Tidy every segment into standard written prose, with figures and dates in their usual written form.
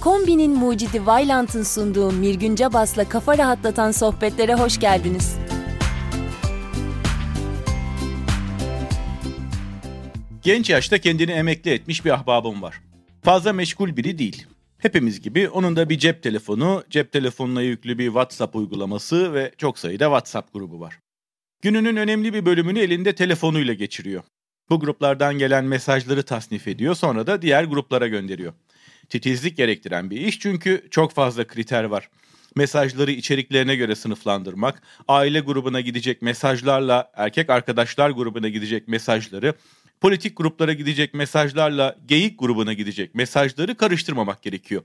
Kombinin mucidi Vailant'ın sunduğu Mirgün Bas'la kafa rahatlatan sohbetlere hoş geldiniz. Genç yaşta kendini emekli etmiş bir ahbabım var. Fazla meşgul biri değil. Hepimiz gibi onun da bir cep telefonu, cep telefonuna yüklü bir WhatsApp uygulaması ve çok sayıda WhatsApp grubu var. Gününün önemli bir bölümünü elinde telefonuyla geçiriyor. Bu gruplardan gelen mesajları tasnif ediyor, sonra da diğer gruplara gönderiyor. Titizlik gerektiren bir iş çünkü çok fazla kriter var. Mesajları içeriklerine göre sınıflandırmak, aile grubuna gidecek mesajlarla erkek arkadaşlar grubuna gidecek mesajları, politik gruplara gidecek mesajlarla geyik grubuna gidecek mesajları karıştırmamak gerekiyor.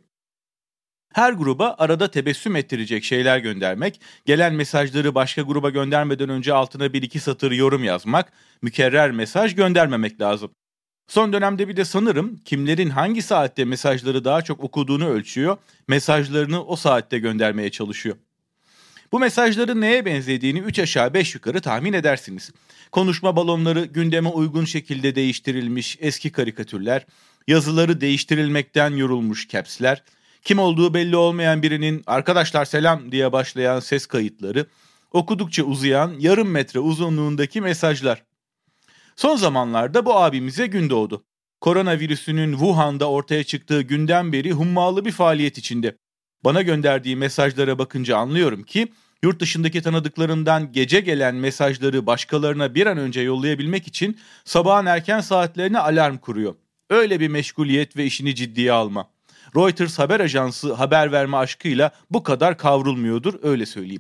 Her gruba arada tebessüm ettirecek şeyler göndermek, gelen mesajları başka gruba göndermeden önce altına bir iki satır yorum yazmak, mükerrer mesaj göndermemek lazım. Son dönemde bir de sanırım kimlerin hangi saatte mesajları daha çok okuduğunu ölçüyor, mesajlarını o saatte göndermeye çalışıyor. Bu mesajların neye benzediğini 3 aşağı 5 yukarı tahmin edersiniz. Konuşma balonları gündeme uygun şekilde değiştirilmiş eski karikatürler, yazıları değiştirilmekten yorulmuş caps'ler, kim olduğu belli olmayan birinin "arkadaşlar selam" diye başlayan ses kayıtları, okudukça uzayan yarım metre uzunluğundaki mesajlar. Son zamanlarda bu abimize gün doğdu. Koronavirüsünün Wuhan'da ortaya çıktığı günden beri hummalı bir faaliyet içinde. Bana gönderdiği mesajlara bakınca anlıyorum ki yurt dışındaki tanıdıklarından gece gelen mesajları başkalarına bir an önce yollayabilmek için sabahın erken saatlerine alarm kuruyor. Öyle bir meşguliyet ve işini ciddiye alma. Reuters haber ajansı haber verme aşkıyla bu kadar kavrulmuyordur, öyle söyleyeyim.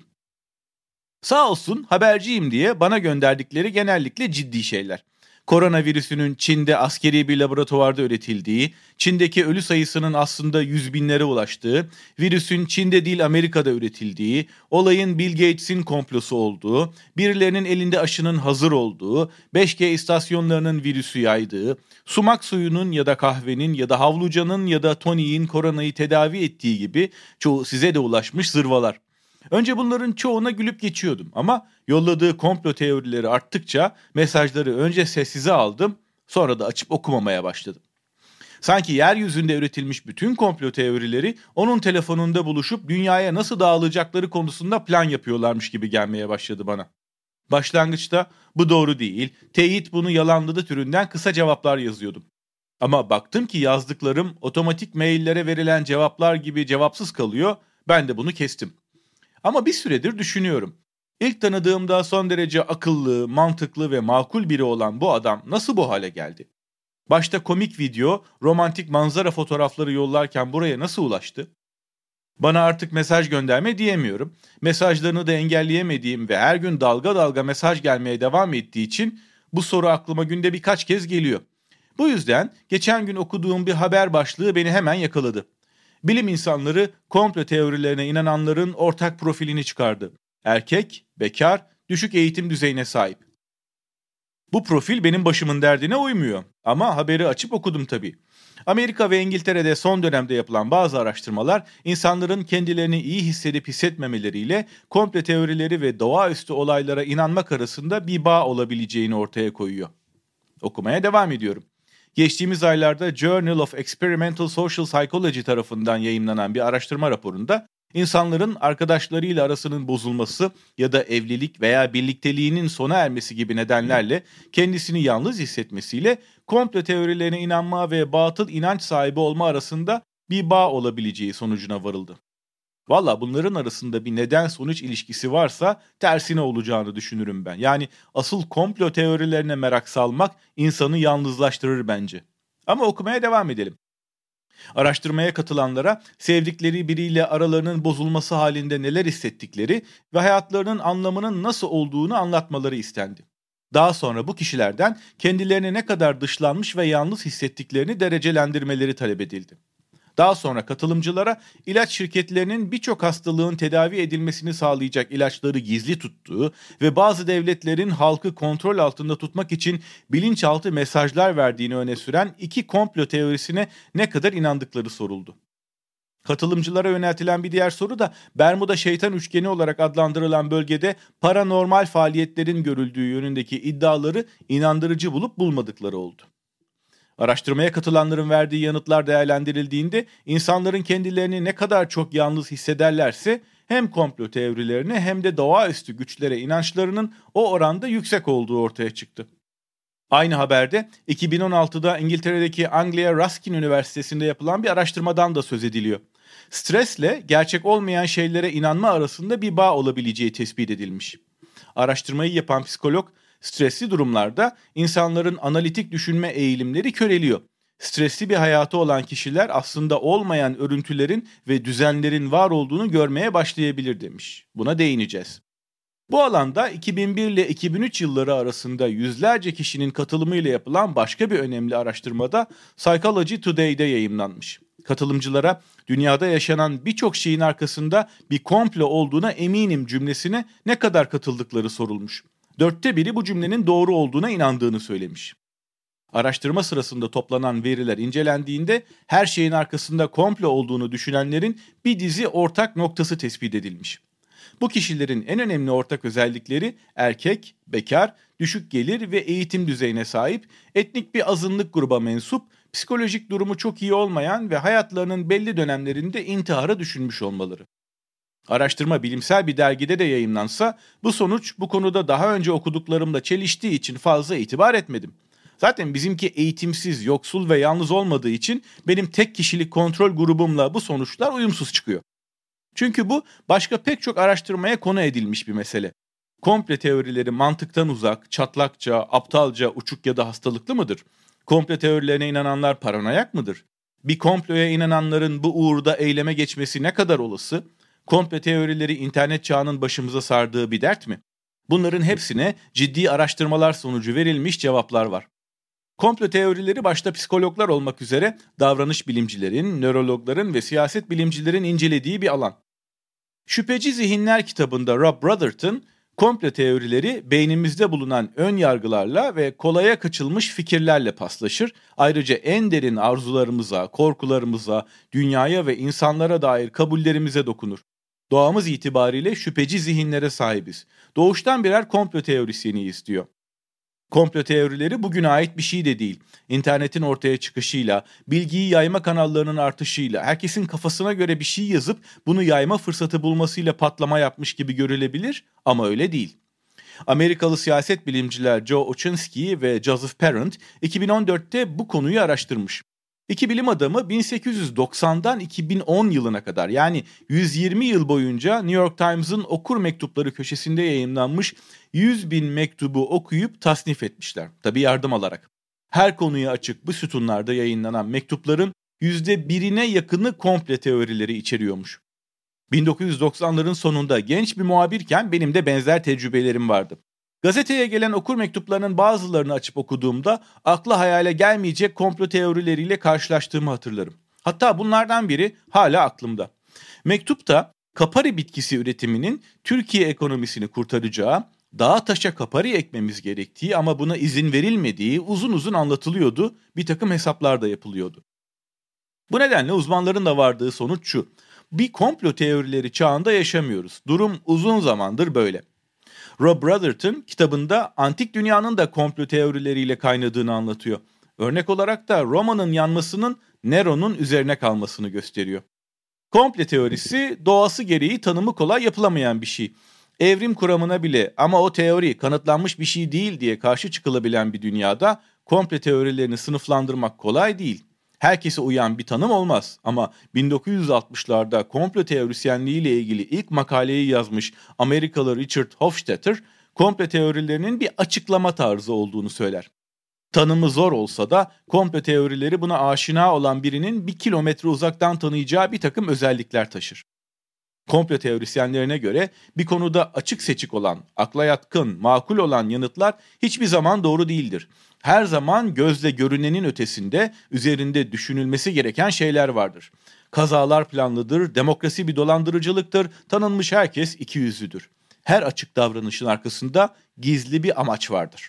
Sağ olsun haberciyim diye bana gönderdikleri genellikle ciddi şeyler. Koronavirüsünün Çin'de askeri bir laboratuvarda üretildiği, Çin'deki ölü sayısının aslında 100 binlere ulaştığı, virüsün Çin'de değil Amerika'da üretildiği, olayın Bill Gates'in komplosu olduğu, birilerinin elinde aşının hazır olduğu, 5G istasyonlarının virüsü yaydığı, sumak suyunun ya da kahvenin ya da havlucanın ya da toniğin koronayı tedavi ettiği gibi çoğu size de ulaşmış zırvalar. Önce bunların çoğuna gülüp geçiyordum ama yolladığı komplo teorileri arttıkça mesajları önce sessize aldım, sonra da açıp okumamaya başladım. Sanki yeryüzünde üretilmiş bütün komplo teorileri onun telefonunda buluşup dünyaya nasıl dağılacakları konusunda plan yapıyorlarmış gibi gelmeye başladı bana. Başlangıçta bu doğru değil, teyit bunu yalanladı türünden kısa cevaplar yazıyordum. Ama baktım ki yazdıklarım otomatik maillere verilen cevaplar gibi cevapsız kalıyor, ben de bunu kestim. Ama bir süredir düşünüyorum. İlk tanıdığımda son derece akıllı, mantıklı ve makul biri olan bu adam nasıl bu hale geldi? Başta komik video, romantik manzara fotoğrafları yollarken buraya nasıl ulaştı? Bana artık mesaj gönderme diyemiyorum. Mesajlarını da engelleyemediğim ve her gün dalga dalga mesaj gelmeye devam ettiği için bu soru aklıma günde birkaç kez geliyor. Bu yüzden geçen gün okuduğum bir haber başlığı beni hemen yakaladı. Bilim insanları komplo teorilerine inananların ortak profilini çıkardı. Erkek, bekar, düşük eğitim düzeyine sahip. Bu profil benim başımın derdine uymuyor ama haberi açıp okudum tabii. Amerika ve İngiltere'de son dönemde yapılan bazı araştırmalar insanların kendilerini iyi hissedip hissetmemeleriyle komplo teorileri ve doğaüstü olaylara inanmak arasında bir bağ olabileceğini ortaya koyuyor. Okumaya devam ediyorum. Geçtiğimiz aylarda Journal of Experimental Social Psychology tarafından yayımlanan bir araştırma raporunda insanların arkadaşlarıyla arasının bozulması ya da evlilik veya birlikteliğinin sona ermesi gibi nedenlerle kendisini yalnız hissetmesiyle komplo teorilerine inanma ve batıl inanç sahibi olma arasında bir bağ olabileceği sonucuna varıldı. Valla bunların arasında bir neden-sonuç ilişkisi varsa tersine olacağını düşünürüm ben. Yani asıl komplo teorilerine merak salmak insanı yalnızlaştırır bence. Ama okumaya devam edelim. Araştırmaya katılanlara sevdikleri biriyle aralarının bozulması halinde neler hissettikleri ve hayatlarının anlamının nasıl olduğunu anlatmaları istendi. Daha sonra bu kişilerden kendilerini ne kadar dışlanmış ve yalnız hissettiklerini derecelendirmeleri talep edildi. Daha sonra katılımcılara ilaç şirketlerinin birçok hastalığın tedavi edilmesini sağlayacak ilaçları gizli tuttuğu ve bazı devletlerin halkı kontrol altında tutmak için bilinçaltı mesajlar verdiğini öne süren iki komplo teorisine ne kadar inandıkları soruldu. Katılımcılara yöneltilen bir diğer soru da Bermuda Şeytan Üçgeni olarak adlandırılan bölgede paranormal faaliyetlerin görüldüğü yönündeki iddiaları inandırıcı bulup bulmadıkları oldu. Araştırmaya katılanların verdiği yanıtlar değerlendirildiğinde insanların kendilerini ne kadar çok yalnız hissederlerse hem komplo teorilerine hem de doğaüstü güçlere inançlarının o oranda yüksek olduğu ortaya çıktı. Aynı haberde 2016'da İngiltere'deki Anglia Ruskin Üniversitesi'nde yapılan bir araştırmadan da söz ediliyor. Stresle gerçek olmayan şeylere inanma arasında bir bağ olabileceği tespit edilmiş. Araştırmayı yapan psikolog, stresli durumlarda insanların analitik düşünme eğilimleri köreliyor. Stresli bir hayatı olan kişiler aslında olmayan örüntülerin ve düzenlerin var olduğunu görmeye başlayabilir demiş. Buna değineceğiz. Bu alanda 2001 ile 2003 yılları arasında yüzlerce kişinin katılımıyla yapılan başka bir önemli araştırmada Psychology Today'de yayımlanmış. Katılımcılara dünyada yaşanan birçok şeyin arkasında bir komplo olduğuna eminim cümlesine ne kadar katıldıkları sorulmuş. 1/4 bu cümlenin doğru olduğuna inandığını söylemiş. Araştırma sırasında toplanan veriler incelendiğinde her şeyin arkasında komplo olduğunu düşünenlerin bir dizi ortak noktası tespit edilmiş. Bu kişilerin en önemli ortak özellikleri erkek, bekar, düşük gelir ve eğitim düzeyine sahip, etnik bir azınlık gruba mensup, psikolojik durumu çok iyi olmayan ve hayatlarının belli dönemlerinde intiharı düşünmüş olmaları. Araştırma bilimsel bir dergide de yayımlansa bu sonuç bu konuda daha önce okuduklarımla çeliştiği için fazla itibar etmedim. Zaten bizimki eğitimsiz, yoksul ve yalnız olmadığı için benim tek kişilik kontrol grubumla bu sonuçlar uyumsuz çıkıyor. Çünkü bu başka pek çok araştırmaya konu edilmiş bir mesele. Komple teorileri mantıktan uzak, çatlakça, aptalca, uçuk ya da hastalıklı mıdır? Komple teorilerine inananlar paranoyak mıdır? Bir komploya inananların bu uğurda eyleme geçmesi ne kadar olası? Komple teorileri internet çağının başımıza sardığı bir dert mi? Bunların hepsine ciddi araştırmalar sonucu verilmiş cevaplar var. Komplo teorileri başta psikologlar olmak üzere davranış bilimcilerin, nörologların ve siyaset bilimcilerin incelediği bir alan. Şüpheci Zihinler kitabında Rob Brotherton, komplo teorileri beynimizde bulunan ön yargılarla ve kolaya kaçılmış fikirlerle paslaşır. Ayrıca en derin arzularımıza, korkularımıza, dünyaya ve insanlara dair kabullerimize dokunur. Doğamız itibariyle şüpheci zihinlere sahibiz. Doğuştan birer komplo teorisyeniyiz diyor. Komplo teorileri bugüne ait bir şey de değil. İnternetin ortaya çıkışıyla, bilgiyi yayma kanallarının artışıyla, herkesin kafasına göre bir şey yazıp bunu yayma fırsatı bulmasıyla patlama yapmış gibi görülebilir ama öyle değil. Amerikalı siyaset bilimciler Joe Ochensky ve Joseph Parent 2014'te bu konuyu araştırmış. İki bilim adamı 1890'dan 2010 yılına kadar yani 120 yıl boyunca New York Times'ın okur mektupları köşesinde yayımlanmış 100.000 mektubu okuyup tasnif etmişler. Tabii yardım alarak. Her konuya açık bu sütunlarda yayınlanan mektupların %1'ine yakını komple teorileri içeriyormuş. 1990'ların sonunda genç bir muhabirken benim de benzer tecrübelerim vardı. Gazeteye gelen okur mektuplarının bazılarını açıp okuduğumda akla hayale gelmeyecek komplo teorileriyle karşılaştığımı hatırlarım. Hatta bunlardan biri hala aklımda. Mektupta kapari bitkisi üretiminin Türkiye ekonomisini kurtaracağı, dağa taşa kapari ekmemiz gerektiği ama buna izin verilmediği uzun uzun anlatılıyordu, bir takım hesaplar da yapılıyordu. Bu nedenle uzmanların da vardığı sonuç şu: bir komplo teorileri çağında yaşamıyoruz. Durum uzun zamandır böyle. Rob Brotherton kitabında antik dünyanın da komplo teorileriyle kaynadığını anlatıyor. Örnek olarak da Roma'nın yanmasının Nero'nun üzerine kalmasını gösteriyor. Komple teorisi doğası gereği tanımı kolay yapılamayan bir şey. Evrim kuramına bile ama o teori kanıtlanmış bir şey değil diye karşı çıkılabilen bir dünyada komple teorilerini sınıflandırmak kolay değil. Herkese uyan bir tanım olmaz ama 1960'larda komplo teorisyenliği ile ilgili ilk makaleyi yazmış Amerikalı Richard Hofstadter, komplo teorilerinin bir açıklama tarzı olduğunu söyler. Tanımı zor olsa da komplo teorileri buna aşina olan birinin 1 kilometre uzaktan tanıyacağı bir takım özellikler taşır. Komplo teorisyenlerine göre bir konuda açık seçik olan, akla yatkın, makul olan yanıtlar hiçbir zaman doğru değildir. Her zaman gözle görünenin ötesinde, üzerinde düşünülmesi gereken şeyler vardır. Kazalar planlıdır, demokrasi bir dolandırıcılıktır, tanınmış herkes ikiyüzlüdür. Her açık davranışın arkasında gizli bir amaç vardır.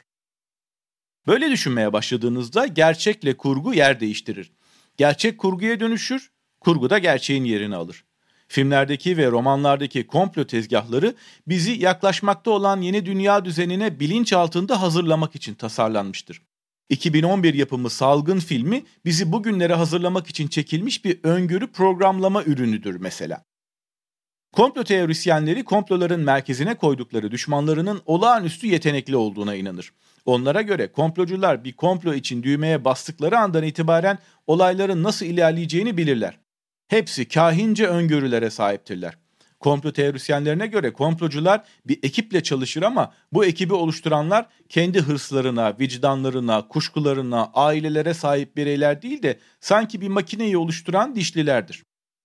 Böyle düşünmeye başladığınızda gerçekle kurgu yer değiştirir. Gerçek kurguya dönüşür, kurgu da gerçeğin yerini alır. Filmlerdeki ve romanlardaki komplo tezgahları bizi yaklaşmakta olan yeni dünya düzenine bilinç altında hazırlamak için tasarlanmıştır. 2011 yapımı Salgın filmi bizi bugünlere hazırlamak için çekilmiş bir öngörü programlama ürünüdür mesela. Komplo teorisyenleri komploların merkezine koydukları düşmanlarının olağanüstü yetenekli olduğuna inanır. Onlara göre komplocular bir komplo için düğmeye bastıkları andan itibaren olayların nasıl ilerleyeceğini bilirler. Hepsi kahince öngörülere sahiptirler. Komplo teorisyenlerine göre komplocular bir ekiple çalışır ama bu ekibi oluşturanlar kendi hırslarına, vicdanlarına, kuşkularına, ailelere sahip bireyler değil de sanki bir makineyi oluşturan dişlilerdir.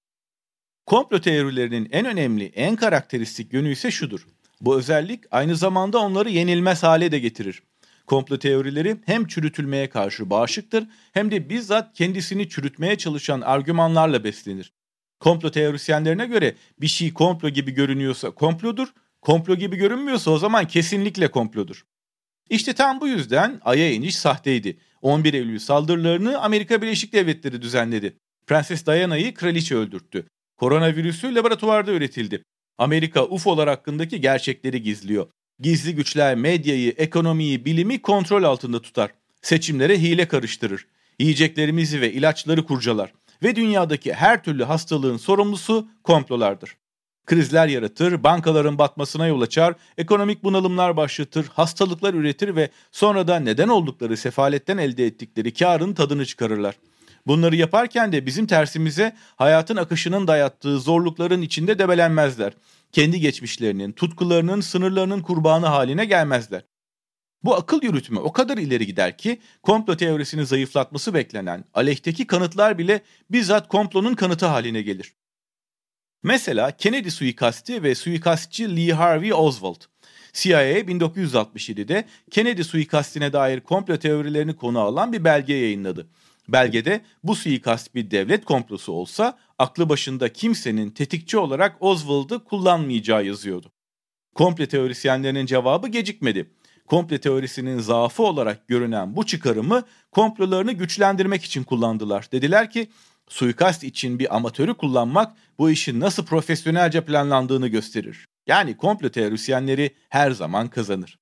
Komplo teorilerinin en önemli, en karakteristik yönü ise şudur. Bu özellik aynı zamanda onları yenilmez hale de getirir. Komplo teorileri hem çürütülmeye karşı bağışıktır hem de bizzat kendisini çürütmeye çalışan argümanlarla beslenir. Komplo teorisyenlerine göre bir şey komplo gibi görünüyorsa komplodur, komplo gibi görünmüyorsa o zaman kesinlikle komplodur. İşte tam bu yüzden Ay'a iniş sahteydi. 11 Eylül saldırılarını Amerika Birleşik Devletleri düzenledi. Prenses Diana'yı kraliçe öldürttü. Koronavirüsü laboratuvarda üretildi. Amerika UFO'lar hakkındaki gerçekleri gizliyor. Gizli güçler medyayı, ekonomiyi, bilimi kontrol altında tutar. Seçimlere hile karıştırır. Yiyeceklerimizi ve ilaçları kurcalar. Ve dünyadaki her türlü hastalığın sorumlusu komplolardır. Krizler yaratır, bankaların batmasına yol açar, ekonomik bunalımlar başlatır, hastalıklar üretir ve sonra da neden oldukları sefaletten elde ettikleri kârın tadını çıkarırlar. Bunları yaparken de bizim tersimize hayatın akışının dayattığı zorlukların içinde debelenmezler. Kendi geçmişlerinin, tutkularının, sınırlarının kurbanı haline gelmezler. Bu akıl yürütme o kadar ileri gider ki komplo teorisini zayıflatması beklenen aleyhteki kanıtlar bile bizzat komplonun kanıtı haline gelir. Mesela Kennedy suikasti ve suikastçı Lee Harvey Oswald. CIA 1967'de Kennedy suikastine dair komplo teorilerini konu alan bir belge yayınladı. Belgede bu suikast bir devlet komplosu olsa aklı başında kimsenin tetikçi olarak Oswald'ı kullanmayacağı yazıyordu. Komplo teorisyenlerinin cevabı gecikmedi. Komplo teorisinin zaafı olarak görünen bu çıkarımı komplolarını güçlendirmek için kullandılar. Dediler ki suikast için bir amatörü kullanmak bu işin nasıl profesyonelce planlandığını gösterir. Yani komplo teorisyenleri her zaman kazanır.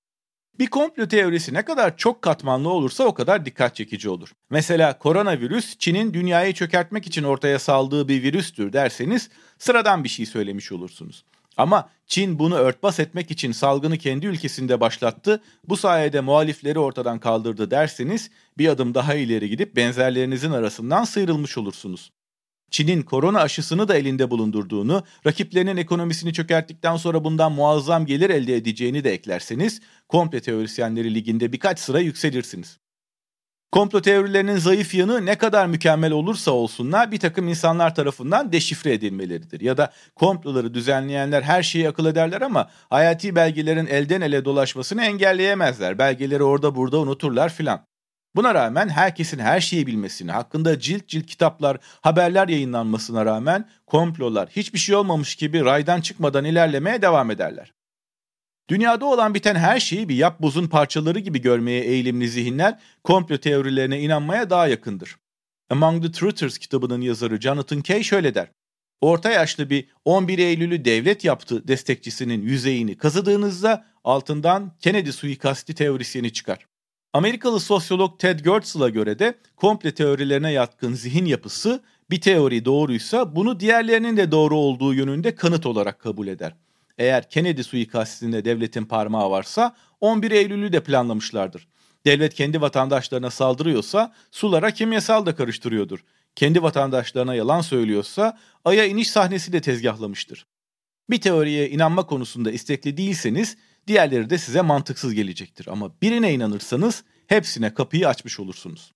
Bir komplo teorisi ne kadar çok katmanlı olursa o kadar dikkat çekici olur. Mesela koronavirüs Çin'in dünyayı çökertmek için ortaya saldığı bir virüstür derseniz sıradan bir şey söylemiş olursunuz. Ama Çin bunu örtbas etmek için salgını kendi ülkesinde başlattı, bu sayede muhalifleri ortadan kaldırdı derseniz bir adım daha ileri gidip benzerlerinizin arasından sıyrılmış olursunuz. Çin'in korona aşısını da elinde bulundurduğunu, rakiplerinin ekonomisini çökerttikten sonra bundan muazzam gelir elde edeceğini de eklerseniz, komplo teorisyenleri liginde birkaç sıra yükselirsiniz. Komplo teorilerinin zayıf yanı ne kadar mükemmel olursa olsunlar bir takım insanlar tarafından deşifre edilmeleridir. Ya da komploları düzenleyenler her şeyi akıl ederler ama hayati belgelerin elden ele dolaşmasını engelleyemezler. Belgeleri orada burada unuturlar filan. Buna rağmen herkesin her şeyi bilmesine, hakkında cilt cilt kitaplar, haberler yayınlanmasına rağmen komplolar hiçbir şey olmamış gibi raydan çıkmadan ilerlemeye devam ederler. Dünyada olan biten her şeyi bir yapbozun parçaları gibi görmeye eğilimli zihinler komplo teorilerine inanmaya daha yakındır. Among the Truthers kitabının yazarı Jonathan Kay şöyle der. Orta yaşlı bir 11 Eylül'ü devlet yaptı destekçisinin yüzeyini kazıdığınızda altından Kennedy suikasti teorisyeni çıkar. Amerikalı sosyolog Ted Goertzel'a göre de komplo teorilerine yatkın zihin yapısı bir teori doğruysa bunu diğerlerinin de doğru olduğu yönünde kanıt olarak kabul eder. Eğer Kennedy suikastinde devletin parmağı varsa 11 Eylül'ü de planlamışlardır. Devlet kendi vatandaşlarına saldırıyorsa sulara kimyasal da karıştırıyordur. Kendi vatandaşlarına yalan söylüyorsa Ay'a iniş sahnesi de tezgahlamıştır. Bir teoriye inanma konusunda istekli değilseniz diğerleri de size mantıksız gelecektir. Ama birine inanırsanız hepsine kapıyı açmış olursunuz.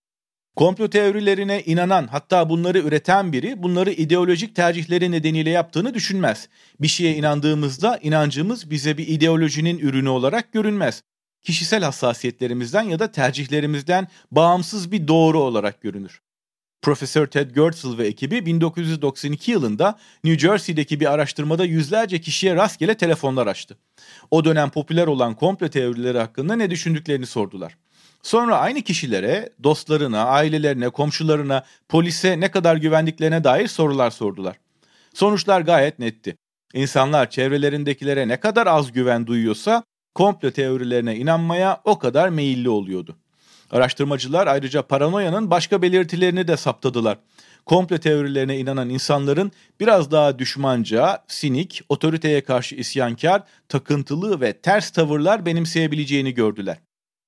Komplo teorilerine inanan, hatta bunları üreten biri bunları ideolojik tercihleri nedeniyle yaptığını düşünmez. Bir şeye inandığımızda inancımız bize bir ideolojinin ürünü olarak görünmez. Kişisel hassasiyetlerimizden ya da tercihlerimizden bağımsız bir doğru olarak görünür. Profesör Ted Goertzel ve ekibi 1992 yılında New Jersey'deki bir araştırmada yüzlerce kişiye rastgele telefonlar açtı. O dönem popüler olan komplo teorileri hakkında ne düşündüklerini sordular. Sonra aynı kişilere, dostlarına, ailelerine, komşularına, polise ne kadar güvendiklerine dair sorular sordular. Sonuçlar gayet netti. İnsanlar çevrelerindekilere ne kadar az güven duyuyorsa komplo teorilerine inanmaya o kadar meyilli oluyordu. Araştırmacılar ayrıca paranoyanın başka belirtilerini de saptadılar. Komplo teorilerine inanan insanların biraz daha düşmanca, sinik, otoriteye karşı isyankar, takıntılı ve ters tavırlar benimseyebileceğini gördüler.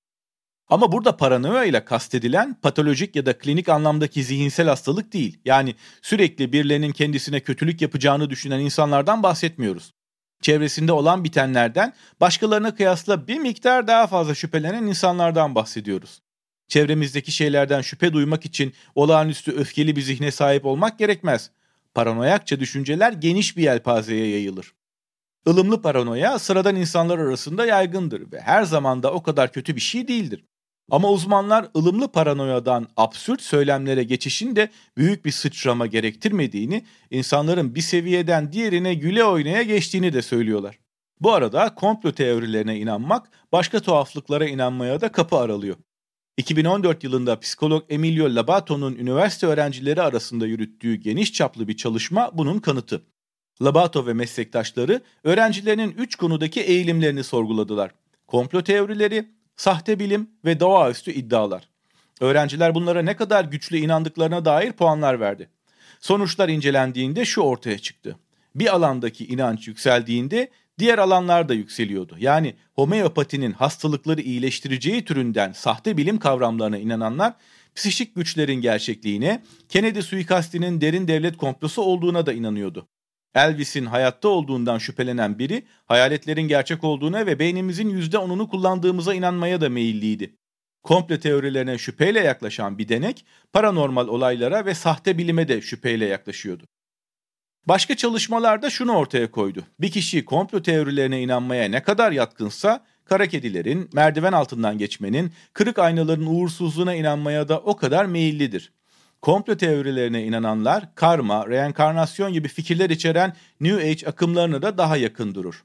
Ama burada paranoya ile kastedilen patolojik ya da klinik anlamdaki zihinsel hastalık değil. Yani sürekli birilerinin kendisine kötülük yapacağını düşünen insanlardan bahsetmiyoruz. Çevresinde olan bitenlerden başkalarına kıyasla bir miktar daha fazla şüphelenen insanlardan bahsediyoruz. Çevremizdeki şeylerden şüphe duymak için olağanüstü öfkeli bir zihne sahip olmak gerekmez. Paranoyakça düşünceler geniş bir yelpazeye yayılır. Ilımlı paranoya sıradan insanlar arasında yaygındır ve her zaman da o kadar kötü bir şey değildir. Ama uzmanlar ılımlı paranoyadan absürt söylemlere geçişin de büyük bir sıçrama gerektirmediğini, insanların bir seviyeden diğerine güle oynaya geçtiğini de söylüyorlar. Bu arada komplo teorilerine inanmak başka tuhaflıklara inanmaya da kapı aralıyor. 2014 yılında psikolog Emilio Labato'nun üniversite öğrencileri arasında yürüttüğü geniş çaplı bir çalışma bunun kanıtı. Labato ve meslektaşları öğrencilerinin 3 konudaki eğilimlerini sorguladılar. Komplo teorileri, sahte bilim ve doğaüstü iddialar. Öğrenciler bunlara ne kadar güçlü inandıklarına dair puanlar verdi. Sonuçlar incelendiğinde şu ortaya çıktı. Bir alandaki inanç yükseldiğinde diğer alanlar da yükseliyordu. Yani homeopatinin hastalıkları iyileştireceği türünden sahte bilim kavramlarına inananlar, psikik güçlerin gerçekliğine, Kennedy suikastinin derin devlet komplosu olduğuna da inanıyordu. Elvis'in hayatta olduğundan şüphelenen biri, hayaletlerin gerçek olduğuna ve beynimizin %10'unu kullandığımıza inanmaya da meyilliydi. Komplo teorilerine şüpheyle yaklaşan bir denek, paranormal olaylara ve sahte bilime de şüpheyle yaklaşıyordu. Başka çalışmalarda şunu ortaya koydu. Bir kişi komplo teorilerine inanmaya ne kadar yatkınsa, kara kedilerin, merdiven altından geçmenin, kırık aynaların uğursuzluğuna inanmaya da o kadar meyillidir. Komplo teorilerine inananlar, karma, reenkarnasyon gibi fikirler içeren New Age akımlarına da daha yakın durur.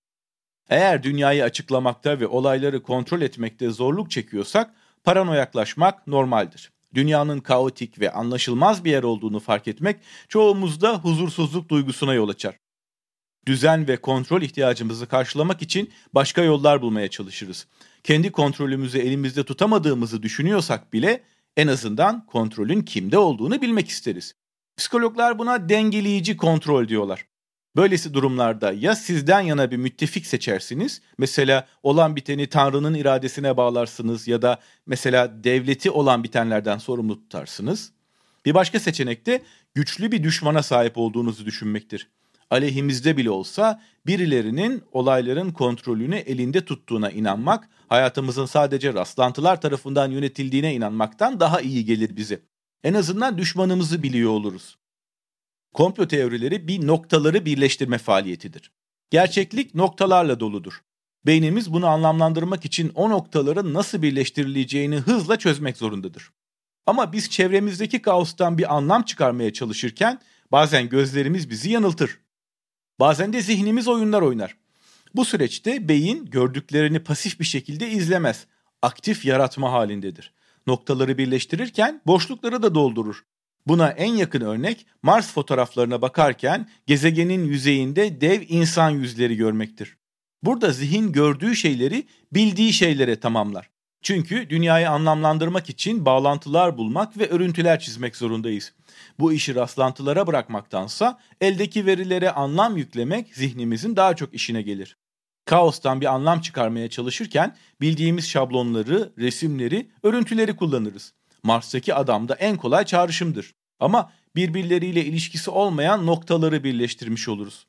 Eğer dünyayı açıklamakta ve olayları kontrol etmekte zorluk çekiyorsak, paranoyaklaşmak normaldir. Dünyanın kaotik ve anlaşılmaz bir yer olduğunu fark etmek çoğumuzda huzursuzluk duygusuna yol açar. Düzen ve kontrol ihtiyacımızı karşılamak için başka yollar bulmaya çalışırız. Kendi kontrolümüzü elimizde tutamadığımızı düşünüyorsak bile en azından kontrolün kimde olduğunu bilmek isteriz. Psikologlar buna dengeleyici kontrol diyorlar. Böylesi durumlarda ya sizden yana bir müttefik seçersiniz, mesela olan biteni Tanrı'nın iradesine bağlarsınız ya da mesela devleti olan bitenlerden sorumlu tutarsınız. Bir başka seçenek de güçlü bir düşmana sahip olduğunuzu düşünmektir. Aleyhimizde bile olsa birilerinin olayların kontrolünü elinde tuttuğuna inanmak, hayatımızın sadece rastlantılar tarafından yönetildiğine inanmaktan daha iyi gelir bize. En azından düşmanımızı biliyor oluruz. Komplo teorileri bir noktaları birleştirme faaliyetidir. Gerçeklik noktalarla doludur. Beynimiz bunu anlamlandırmak için o noktaların nasıl birleştirileceğini hızla çözmek zorundadır. Ama biz çevremizdeki kaostan bir anlam çıkarmaya çalışırken bazen gözlerimiz bizi yanıltır. Bazen de zihnimiz oyunlar oynar. Bu süreçte beyin gördüklerini pasif bir şekilde izlemez. Aktif yaratma halindedir. Noktaları birleştirirken boşlukları da doldurur. Buna en yakın örnek Mars fotoğraflarına bakarken gezegenin yüzeyinde dev insan yüzleri görmektir. Burada zihin gördüğü şeyleri bildiği şeylere tamamlar. Çünkü dünyayı anlamlandırmak için bağlantılar bulmak ve örüntüler çizmek zorundayız. Bu işi rastlantılara bırakmaktansa eldeki verilere anlam yüklemek zihnimizin daha çok işine gelir. Kaostan bir anlam çıkarmaya çalışırken bildiğimiz şablonları, resimleri, örüntüleri kullanırız. Mars'taki adam da en kolay çağrışımdır. Ama birbirleriyle ilişkisi olmayan noktaları birleştirmiş oluruz.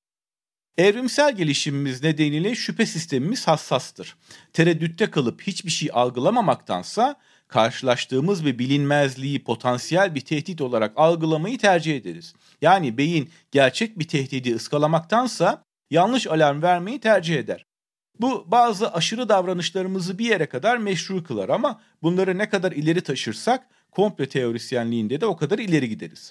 Evrimsel gelişimimiz nedeniyle şüphe sistemimiz hassastır. Tereddütte kalıp hiçbir şey algılamamaktansa karşılaştığımız bir bilinmezliği potansiyel bir tehdit olarak algılamayı tercih ederiz. Yani beyin gerçek bir tehdidi ıskalamaktansa yanlış alarm vermeyi tercih eder. Bu bazı aşırı davranışlarımızı bir yere kadar meşru kılar ama bunları ne kadar ileri taşırsak komplo teorisyenliğinde de o kadar ileri gideriz.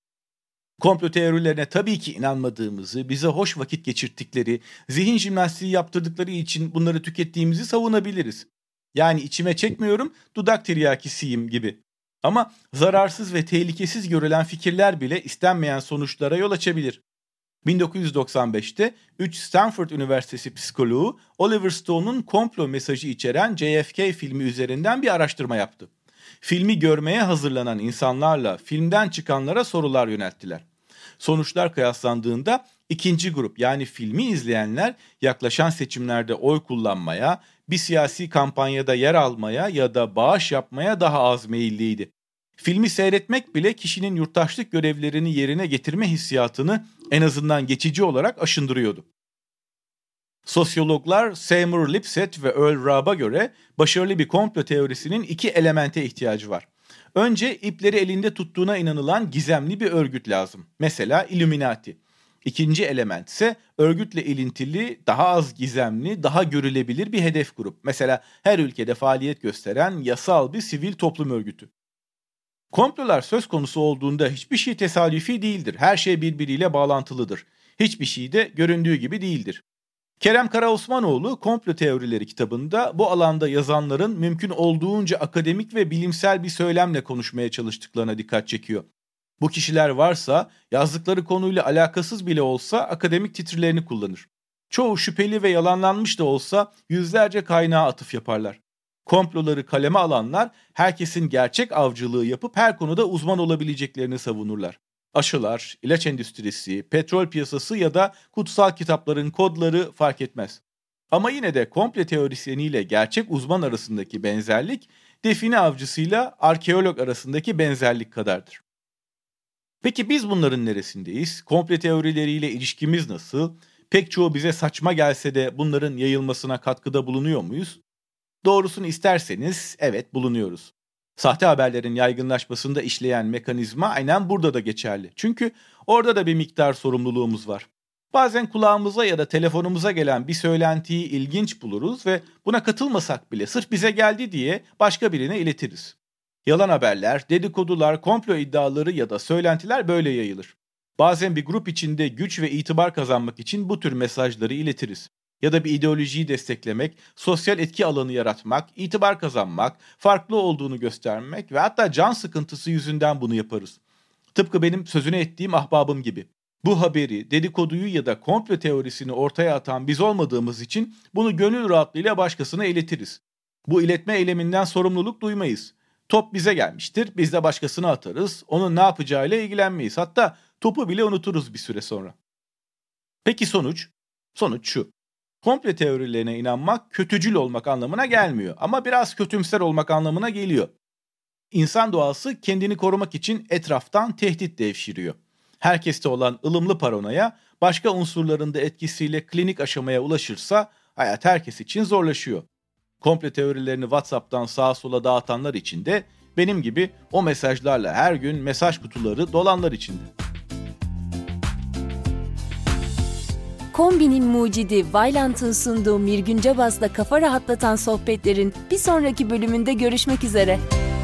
Komplo teorilerine tabii ki inanmadığımızı, bize hoş vakit geçirttikleri, zihin jimnastiği yaptırdıkları için bunları tükettiğimizi savunabiliriz. Yani içime çekmiyorum, dudak tiryakisiyim gibi. Ama zararsız ve tehlikesiz görülen fikirler bile istenmeyen sonuçlara yol açabilir. 1995'te 3 Stanford Üniversitesi psikoloğu Oliver Stone'un komplo mesajı içeren JFK filmi üzerinden bir araştırma yaptı. Filmi görmeye hazırlanan insanlarla filmden çıkanlara sorular yönelttiler. Sonuçlar kıyaslandığında ikinci grup, yani filmi izleyenler yaklaşan seçimlerde oy kullanmaya, bir siyasi kampanyada yer almaya ya da bağış yapmaya daha az meyilliydi. Filmi seyretmek bile kişinin yurttaşlık görevlerini yerine getirme hissiyatını en azından geçici olarak aşındırıyordu. Sosyologlar Seymour Lipset ve Earl Raab'a göre başarılı bir komplo teorisinin 2 elemente ihtiyacı var. Önce ipleri elinde tuttuğuna inanılan gizemli bir örgüt lazım. Mesela Illuminati. İkinci element ise örgütle ilintili, daha az gizemli, daha görülebilir bir hedef grup. Mesela her ülkede faaliyet gösteren yasal bir sivil toplum örgütü. Komplolar söz konusu olduğunda hiçbir şey tesadüfi değildir. Her şey birbiriyle bağlantılıdır. Hiçbir şey de göründüğü gibi değildir. Kerem Karaosmanoğlu Komplo Teorileri kitabında bu alanda yazanların mümkün olduğunca akademik ve bilimsel bir söylemle konuşmaya çalıştıklarına dikkat çekiyor. Bu kişiler varsa yazdıkları konuyla alakasız bile olsa akademik titrlerini kullanır. Çoğu şüpheli ve yalanlanmış da olsa yüzlerce kaynağa atıf yaparlar. Komploları kaleme alanlar herkesin gerçek avcılığı yapıp her konuda uzman olabileceklerini savunurlar. Aşılar, ilaç endüstrisi, petrol piyasası ya da kutsal kitapların kodları fark etmez. Ama yine de komplo teorisyeniyle gerçek uzman arasındaki benzerlik, define avcısıyla arkeolog arasındaki benzerlik kadardır. Peki biz bunların neresindeyiz? Komplo teorileriyle ilişkimiz nasıl? Pek çoğu bize saçma gelse de bunların yayılmasına katkıda bulunuyor muyuz? Doğrusunu isterseniz evet, bulunuyoruz. Sahte haberlerin yaygınlaşmasında işleyen mekanizma aynen burada da geçerli. Çünkü orada da bir miktar sorumluluğumuz var. Bazen kulağımıza ya da telefonumuza gelen bir söylentiyi ilginç buluruz ve buna katılmasak bile sırf bize geldi diye başka birine iletiriz. Yalan haberler, dedikodular, komplo iddiaları ya da söylentiler böyle yayılır. Bazen bir grup içinde güç ve itibar kazanmak için bu tür mesajları iletiriz. Ya da bir ideolojiyi desteklemek, sosyal etki alanı yaratmak, itibar kazanmak, farklı olduğunu göstermek ve hatta can sıkıntısı yüzünden bunu yaparız. Tıpkı benim sözünü ettiğim ahbabım gibi. Bu haberi, dedikoduyu ya da komplo teorisini ortaya atan biz olmadığımız için bunu gönül rahatlığıyla başkasına iletiriz. Bu iletme eyleminden sorumluluk duymayız. Top bize gelmiştir, biz de başkasına atarız, onun ne yapacağıyla ilgilenmeyiz. Hatta topu bile unuturuz bir süre sonra. Peki sonuç? Sonuç şu. Komplo teorilerine inanmak kötücül olmak anlamına gelmiyor ama biraz kötümser olmak anlamına geliyor. İnsan doğası kendini korumak için etraftan tehdit devşiriyor. Herkeste olan ılımlı paranoya başka unsurların da etkisiyle klinik aşamaya ulaşırsa hayat herkes için zorlaşıyor. Komplo teorilerini WhatsApp'tan sağa sola dağıtanlar için de benim gibi o mesajlarla her gün mesaj kutuları dolanlar için de. Kombinin mucidi Vailant'ın sunduğu Mirgün Cabas'la kafa rahatlatan sohbetlerin bir sonraki bölümünde görüşmek üzere.